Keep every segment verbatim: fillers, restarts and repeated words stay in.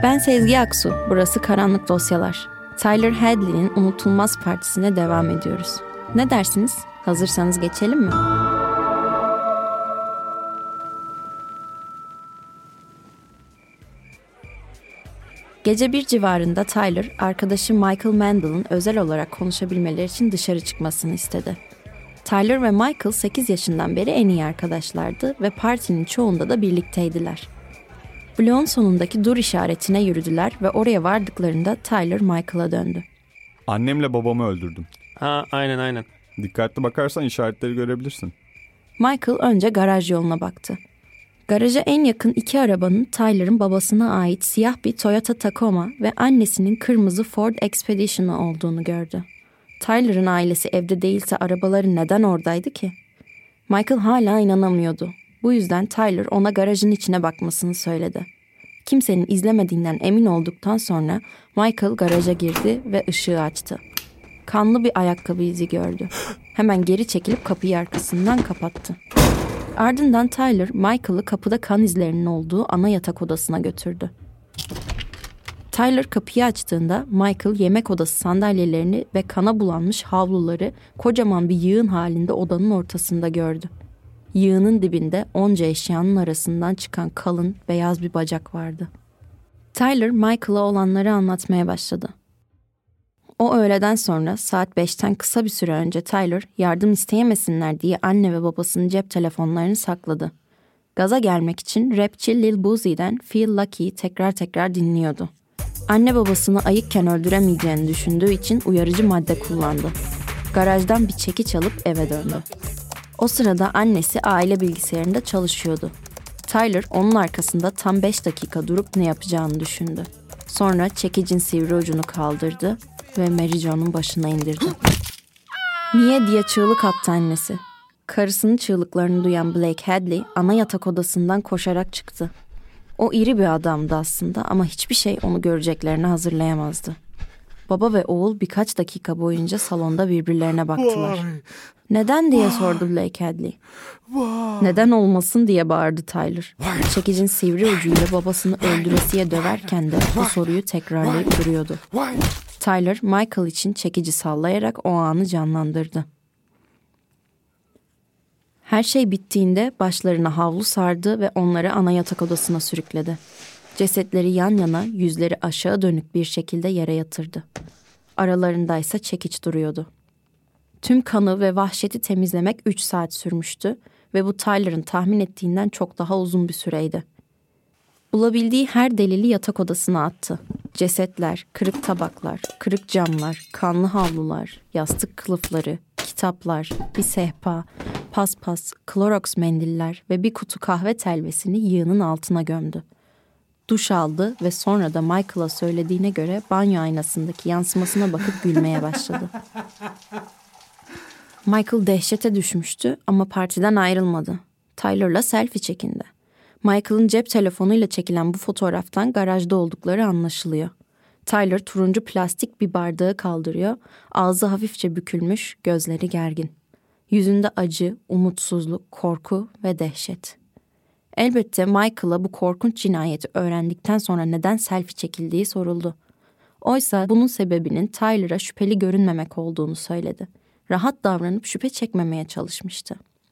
Ben Sezgi Aksu, burası Karanlık Dosyalar. Tyler Hadley'nin unutulmaz partisine devam ediyoruz. Ne dersiniz? Hazırsanız geçelim mi? Gece bir civarında Tyler, arkadaşı Michael Mandel'ın özel olarak konuşabilmeleri için dışarı çıkmasını istedi. Tyler ve Michael sekiz yaşından beri en iyi arkadaşlardı ve partinin çoğunda da birlikteydiler. Bloğun sonundaki dur işaretine yürüdüler ve oraya vardıklarında Tyler Michael'a döndü. Annemle babamı öldürdüm. Ha, aynen aynen. Dikkatli bakarsan işaretleri görebilirsin. Michael önce garaj yoluna baktı. Garaja en yakın iki arabanın Tyler'ın babasına ait siyah bir Toyota Tacoma ve annesinin kırmızı Ford Expedition'ı olduğunu gördü. Tyler'ın ailesi evde değilse arabaları neden oradaydı ki? Michael hala inanamıyordu. Bu yüzden Tyler ona garajın içine bakmasını söyledi. Kimsenin izlemediğinden emin olduktan sonra Michael garaja girdi ve ışığı açtı. Kanlı bir ayakkabı izi gördü. Hemen geri çekilip kapıyı arkasından kapattı. Ardından Tyler, Michael'ı kapıda kan izlerinin olduğu ana yatak odasına götürdü. Tyler kapıyı açtığında Michael yemek odası sandalyelerini ve kana bulanmış havluları kocaman bir yığın halinde odanın ortasında gördü. Yığının dibinde onca eşyanın arasından çıkan kalın, beyaz bir bacak vardı. Tyler, Michael'a olanları anlatmaya başladı. O öğleden sonra saat beşten kısa bir süre önce Tyler, yardım isteyemesinler diye anne ve babasının cep telefonlarını sakladı. Gaza gelmek için rapçi Lil Boozy'den Feel Lucky'yi tekrar tekrar dinliyordu. Anne babasını ayıkken öldüremeyeceğini düşündüğü için uyarıcı madde kullandı. Garajdan bir çekiç alıp eve döndü. O sırada annesi aile bilgisayarında çalışıyordu. Tyler onun arkasında tam beş dakika durup ne yapacağını düşündü. Sonra çekicin sivri ucunu kaldırdı ve Mary Jo'nun başına indirdi. Niye diye çığlık attı annesi. Karısının çığlıklarını duyan Blake Hadley ana yatak odasından koşarak çıktı. O iri bir adamdı aslında ama hiçbir şey onu göreceklerini hazırlayamazdı. Baba ve oğul birkaç dakika boyunca salonda birbirlerine baktılar. Vay, Neden diye vay, sordu Blake Hadley. Vay. Neden olmasın diye bağırdı Tyler. Vay. Çekicin sivri ucuyla babasını öldüresiye döverken de bu soruyu tekrarlayıp duruyordu. Vay. Tyler, Michael için çekici sallayarak o anı canlandırdı. Her şey bittiğinde başlarına havlu sardı ve onları ana yatak odasına sürükledi. Cesetleri yan yana, yüzleri aşağı dönük bir şekilde yere yatırdı. Aralarındaysa çekiç duruyordu. Tüm kanı ve vahşeti temizlemek üç saat sürmüştü ve bu Tyler'ın tahmin ettiğinden çok daha uzun bir süreydi. Bulabildiği her delili yatak odasına attı. Cesetler, kırık tabaklar, kırık camlar, kanlı havlular, yastık kılıfları, kitaplar, bir sehpa, paspas, Clorox mendiller ve bir kutu kahve telvesini yığının altına gömdü. Duş aldı ve sonra da Michael'a söylediğine göre banyo aynasındaki yansımasına bakıp gülmeye başladı. Michael dehşete düşmüştü ama partiden ayrılmadı. Tyler'la selfie çekindi. Michael'ın cep telefonuyla çekilen bu fotoğraftan garajda oldukları anlaşılıyor. Tyler turuncu plastik bir bardağı kaldırıyor, ağzı hafifçe bükülmüş, gözleri gergin. Yüzünde acı, umutsuzluk, korku ve dehşet. Elbette Michael'a bu korkunç cinayeti öğrendikten sonra neden selfie çekildiği soruldu. Oysa bunun sebebinin Tyler'a şüpheli görünmemek olduğunu söyledi. Rahat davranıp şüphe çekmemeye çalışmıştı.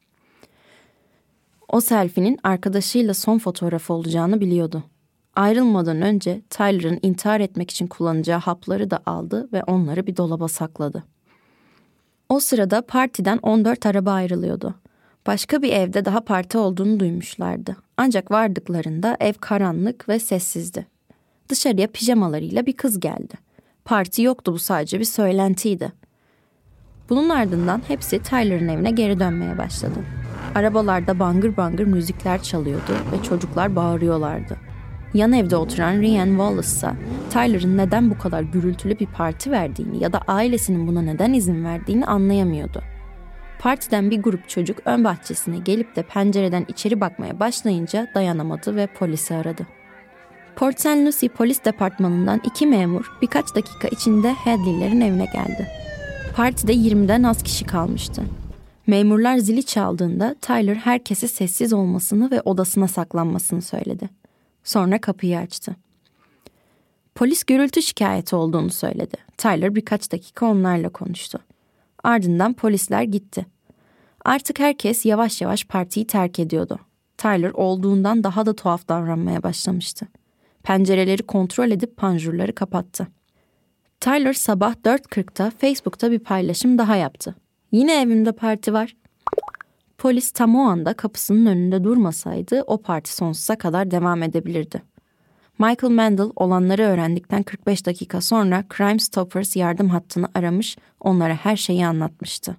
O selfie'nin arkadaşıyla son fotoğrafı olacağını biliyordu. Ayrılmadan önce Tyler'ın intihar etmek için kullanacağı hapları da aldı ve onları bir dolaba sakladı. O sırada partiden on dört araba ayrılıyordu. Başka bir evde daha parti olduğunu duymuşlardı. Ancak vardıklarında ev karanlık ve sessizdi. Dışarıya pijamalarıyla bir kız geldi. Parti yoktu, bu sadece bir söylentiydi. Bunun ardından hepsi Tyler'ın evine geri dönmeye başladı. Arabalarda bangır bangır müzikler çalıyordu ve çocuklar bağırıyorlardı. Yan evde oturan Ryan Wallace ise Tyler'ın neden bu kadar gürültülü bir parti verdiğini ya da ailesinin buna neden izin verdiğini anlayamıyordu. Partiden bir grup çocuk ön bahçesine gelip de pencereden içeri bakmaya başlayınca dayanamadı ve polisi aradı. Port Saint Lucie Polis Departmanı'ndan iki memur birkaç dakika içinde Hadley'lerin evine geldi. Partide yirmiden az kişi kalmıştı. Memurlar zili çaldığında Tyler herkese sessiz olmasını ve odasına saklanmasını söyledi. Sonra kapıyı açtı. Polis gürültü şikayeti olduğunu söyledi. Tyler birkaç dakika onlarla konuştu. Ardından polisler gitti. Artık herkes yavaş yavaş partiyi terk ediyordu. Tyler olduğundan daha da tuhaf davranmaya başlamıştı. Pencereleri kontrol edip panjurları kapattı. Tyler sabah dört kırkta Facebook'ta bir paylaşım daha yaptı. Yine evimde parti var. Polis tam o anda kapısının önünde durmasaydı o parti sonsuza kadar devam edebilirdi. Michael Mendel olanları öğrendikten kırk beş dakika sonra Crime Stoppers yardım hattını aramış, onlara her şeyi anlatmıştı.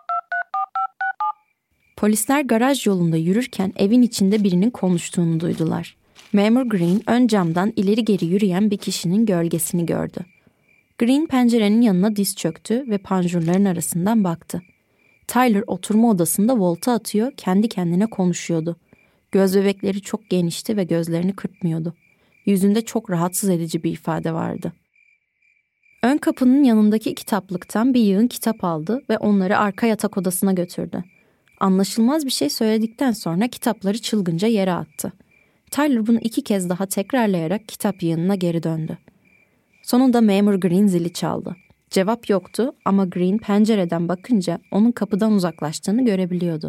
Polisler garaj yolunda yürürken evin içinde birinin konuştuğunu duydular. Memur Green ön camdan ileri geri yürüyen bir kişinin gölgesini gördü. Green pencerenin yanına diz çöktü ve panjurların arasından baktı. Tyler oturma odasında volta atıyor, kendi kendine konuşuyordu. Göz bebekleri çok genişti ve gözlerini kırpmıyordu. Yüzünde çok rahatsız edici bir ifade vardı. Ön kapının yanındaki kitaplıktan bir yığın kitap aldı ve onları arka yatak odasına götürdü. Anlaşılmaz bir şey söyledikten sonra kitapları çılgınca yere attı. Tyler bunu iki kez daha tekrarlayarak kitap yığınına geri döndü. Sonunda Memur Green zili çaldı. Cevap yoktu ama Green pencereden bakınca onun kapıdan uzaklaştığını görebiliyordu.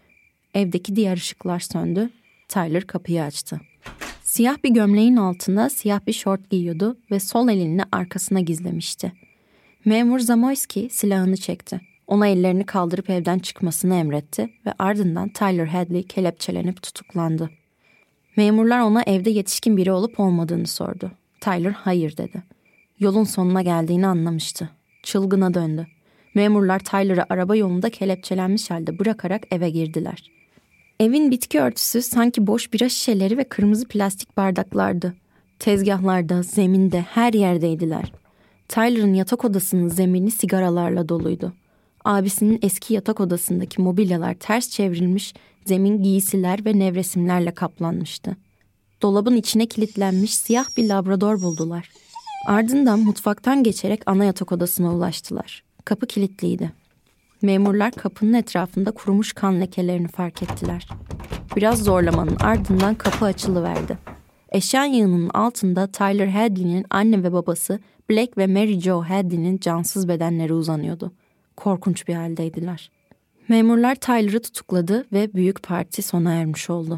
Evdeki diğer ışıklar söndü. Tyler kapıyı açtı. Siyah bir gömleğin altında siyah bir şort giyiyordu ve sol elini arkasına gizlemişti. Memur Zamoyski silahını çekti. Ona ellerini kaldırıp evden çıkmasını emretti ve ardından Tyler Hadley kelepçelenip tutuklandı. Memurlar ona evde yetişkin biri olup olmadığını sordu. Tyler hayır dedi. Yolun sonuna geldiğini anlamıştı. Çılgına döndü. Memurlar Tyler'ı araba yolunda kelepçelenmiş halde bırakarak eve girdiler. Evin bitki örtüsü sanki boş bira şişeleri ve kırmızı plastik bardaklardı. Tezgahlarda, zeminde, her yerdeydiler. Tyler'ın yatak odasının zemini sigaralarla doluydu. Abisinin eski yatak odasındaki mobilyalar ters çevrilmiş, zemin giysiler ve nevresimlerle kaplanmıştı. Dolabın içine kilitlenmiş siyah bir labrador buldular. Ardından mutfaktan geçerek ana yatak odasına ulaştılar. Kapı kilitliydi. Memurlar kapının etrafında kurumuş kan lekelerini fark ettiler. Biraz zorlamanın ardından kapı açılıverdi. Eşya yığınının altında Tyler Hadley'nin anne ve babası Black ve Mary Jo Hadley'nin cansız bedenleri uzanıyordu. Korkunç bir haldeydiler. Memurlar Tyler'ı tutukladı ve büyük parti sona ermiş oldu.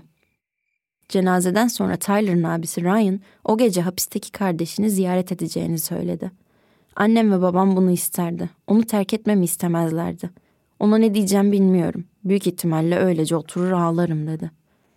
Cenazeden sonra Tyler'ın abisi Ryan o gece hapisteki kardeşini ziyaret edeceğini söyledi. Annem ve babam bunu isterdi. Onu terk etmemi istemezlerdi. Ona ne diyeceğim bilmiyorum. Büyük ihtimalle öylece oturur ağlarım dedi.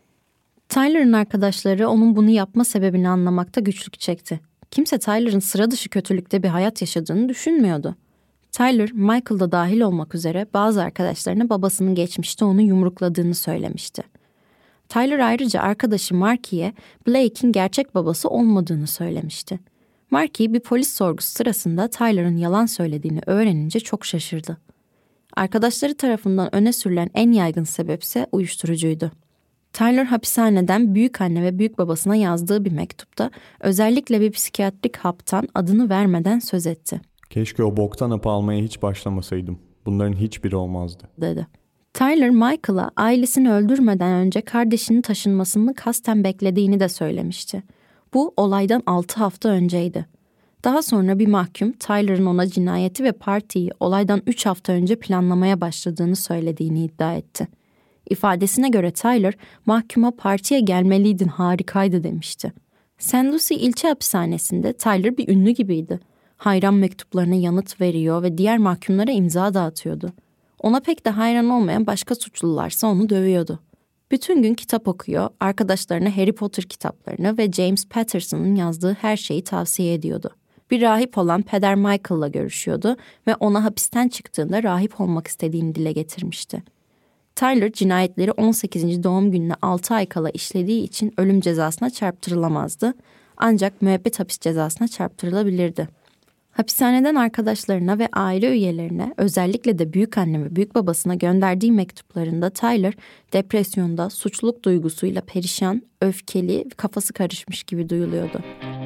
Tyler'ın arkadaşları onun bunu yapma sebebini anlamakta güçlük çekti. Kimse Tyler'ın sıra dışı kötülükte bir hayat yaşadığını düşünmüyordu. Tyler, Michael da dahil olmak üzere bazı arkadaşlarına babasının geçmişte onu yumrukladığını söylemişti. Tyler ayrıca arkadaşı Marky'ye Blake'in gerçek babası olmadığını söylemişti. Marky bir polis sorgusu sırasında Tyler'ın yalan söylediğini öğrenince çok şaşırdı. Arkadaşları tarafından öne sürülen en yaygın sebepse uyuşturucuydu. Tyler hapishaneden büyükanne ve büyükbabasına yazdığı bir mektupta özellikle bir psikiyatrik haptan adını vermeden söz etti. Keşke o boktan hapı almaya hiç başlamasaydım. Bunların hiçbiri olmazdı, dedi. Tyler, Michael'a ailesini öldürmeden önce kardeşinin taşınmasını kasten beklediğini de söylemişti. Bu olaydan altı hafta önceydi. Daha sonra bir mahkum Tyler'ın ona cinayeti ve partiyi olaydan üç hafta önce planlamaya başladığını söylediğini iddia etti. İfadesine göre Tyler, mahkuma partiye gelmeliydin harikaydı demişti. Saint Lucie ilçe hapishanesinde Tyler bir ünlü gibiydi. Hayran mektuplarına yanıt veriyor ve diğer mahkumlara imza dağıtıyordu. Ona pek de hayran olmayan başka suçlularsa onu dövüyordu. Bütün gün kitap okuyor, arkadaşlarına Harry Potter kitaplarını ve James Patterson'ın yazdığı her şeyi tavsiye ediyordu. Bir rahip olan Peder Michael'la görüşüyordu ve ona hapisten çıktığında rahip olmak istediğini dile getirmişti. Tyler cinayetleri on sekizinci doğum gününe altı ay kala işlediği için ölüm cezasına çarptırılamazdı, ancak müebbet hapis cezasına çarptırılabilirdi. Hapishaneden arkadaşlarına ve aile üyelerine, özellikle de büyükanne ve büyükbabasına gönderdiği mektuplarında Tyler, depresyonda, suçluluk duygusuyla perişan, öfkeli, kafası karışmış gibi duyuluyordu.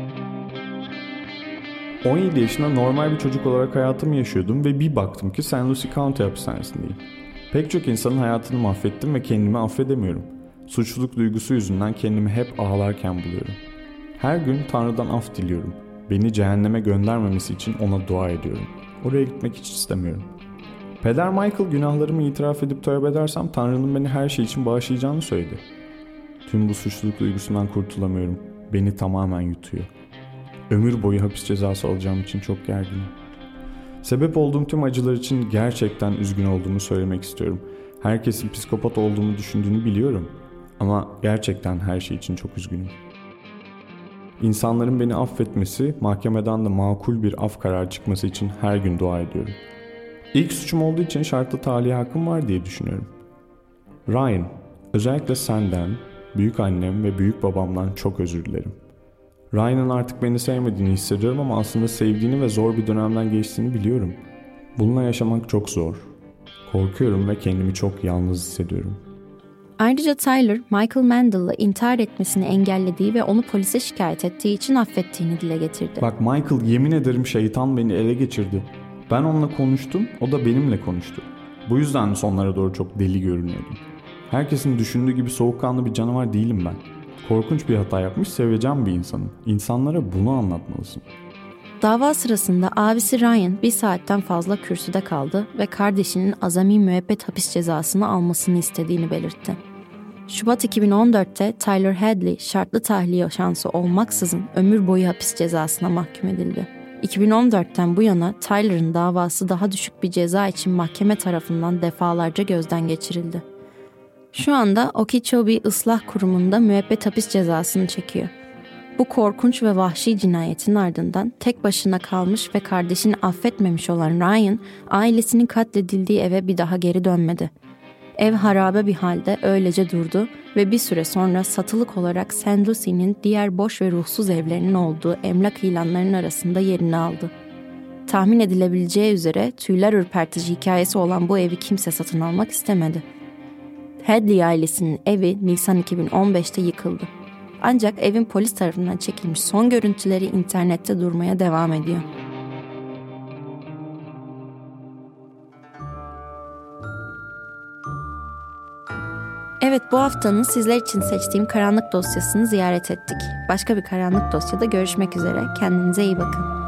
on yedi yaşında normal bir çocuk olarak hayatımı yaşıyordum ve bir baktım ki Saint Lucie County hapishanesindeyim. Pek çok insanın hayatını mahvettim ve kendimi affedemiyorum. Suçluluk duygusu yüzünden kendimi hep ağlarken buluyorum. Her gün Tanrı'dan af diliyorum. Beni cehenneme göndermemesi için ona dua ediyorum. Oraya gitmek hiç istemiyorum. Peder Michael günahlarımı itiraf edip tövbe edersem Tanrı'nın beni her şey için bağışlayacağını söyledi. Tüm bu suçluluk duygusundan kurtulamıyorum. Beni tamamen yutuyor. Ömür boyu hapis cezası alacağım için çok gerginim. Sebep olduğum tüm acılar için gerçekten üzgün olduğumu söylemek istiyorum. Herkesin psikopat olduğumu düşündüğünü biliyorum. Ama gerçekten her şey için çok üzgünüm. İnsanların beni affetmesi, mahkemeden de makul bir af kararı çıkması için her gün dua ediyorum. İlk suçum olduğu için şartlı tahliye hakkım var diye düşünüyorum. Ryan, özellikle senden, büyük annem ve büyük babamdan çok özür dilerim. Ryan'ın artık beni sevmediğini hissediyorum ama aslında sevdiğini ve zor bir dönemden geçtiğini biliyorum. Bununla yaşamak çok zor. Korkuyorum ve kendimi çok yalnız hissediyorum. Ayrıca Tyler, Michael Mandel'la intihar etmesini engellediği ve onu polise şikayet ettiği için affettiğini dile getirdi. Bak Michael, yemin ederim şeytan beni ele geçirdi. Ben onunla konuştum, o da benimle konuştu. Bu yüzden sonlara doğru çok deli görünüyordum. Herkesin düşündüğü gibi soğukkanlı bir canavar değilim ben. Korkunç bir hata yapmış, seveceğim bir insanım. İnsanlara bunu anlatmalısın. Dava sırasında abisi Ryan bir saatten fazla kürsüde kaldı ve kardeşinin azami müebbet hapis cezasını almasını istediğini belirtti. Şubat iki bin on dörtte Tyler Hadley şartlı tahliye şansı olmaksızın ömür boyu hapis cezasına mahkum edildi. iki bin on dörtten bu yana Tyler'ın davası daha düşük bir ceza için mahkeme tarafından defalarca gözden geçirildi. Şu anda Okeechobee Islah Kurumu'nda müebbet hapis cezasını çekiyor. Bu korkunç ve vahşi cinayetin ardından tek başına kalmış ve kardeşini affetmemiş olan Ryan, ailesinin katledildiği eve bir daha geri dönmedi. Ev harabe bir halde öylece durdu ve bir süre sonra satılık olarak Saint Lucy'nin diğer boş ve ruhsuz evlerinin olduğu emlak ilanlarının arasında yerini aldı. Tahmin edilebileceği üzere tüyler ürpertici hikayesi olan bu evi kimse satın almak istemedi. Hadley ailesinin evi Nisan iki bin on beşte yıkıldı. Ancak evin polis tarafından çekilmiş son görüntüleri internette durmaya devam ediyor. Evet, bu haftanın sizler için seçtiğim karanlık dosyasını ziyaret ettik. Başka bir karanlık dosyada görüşmek üzere. Kendinize iyi bakın.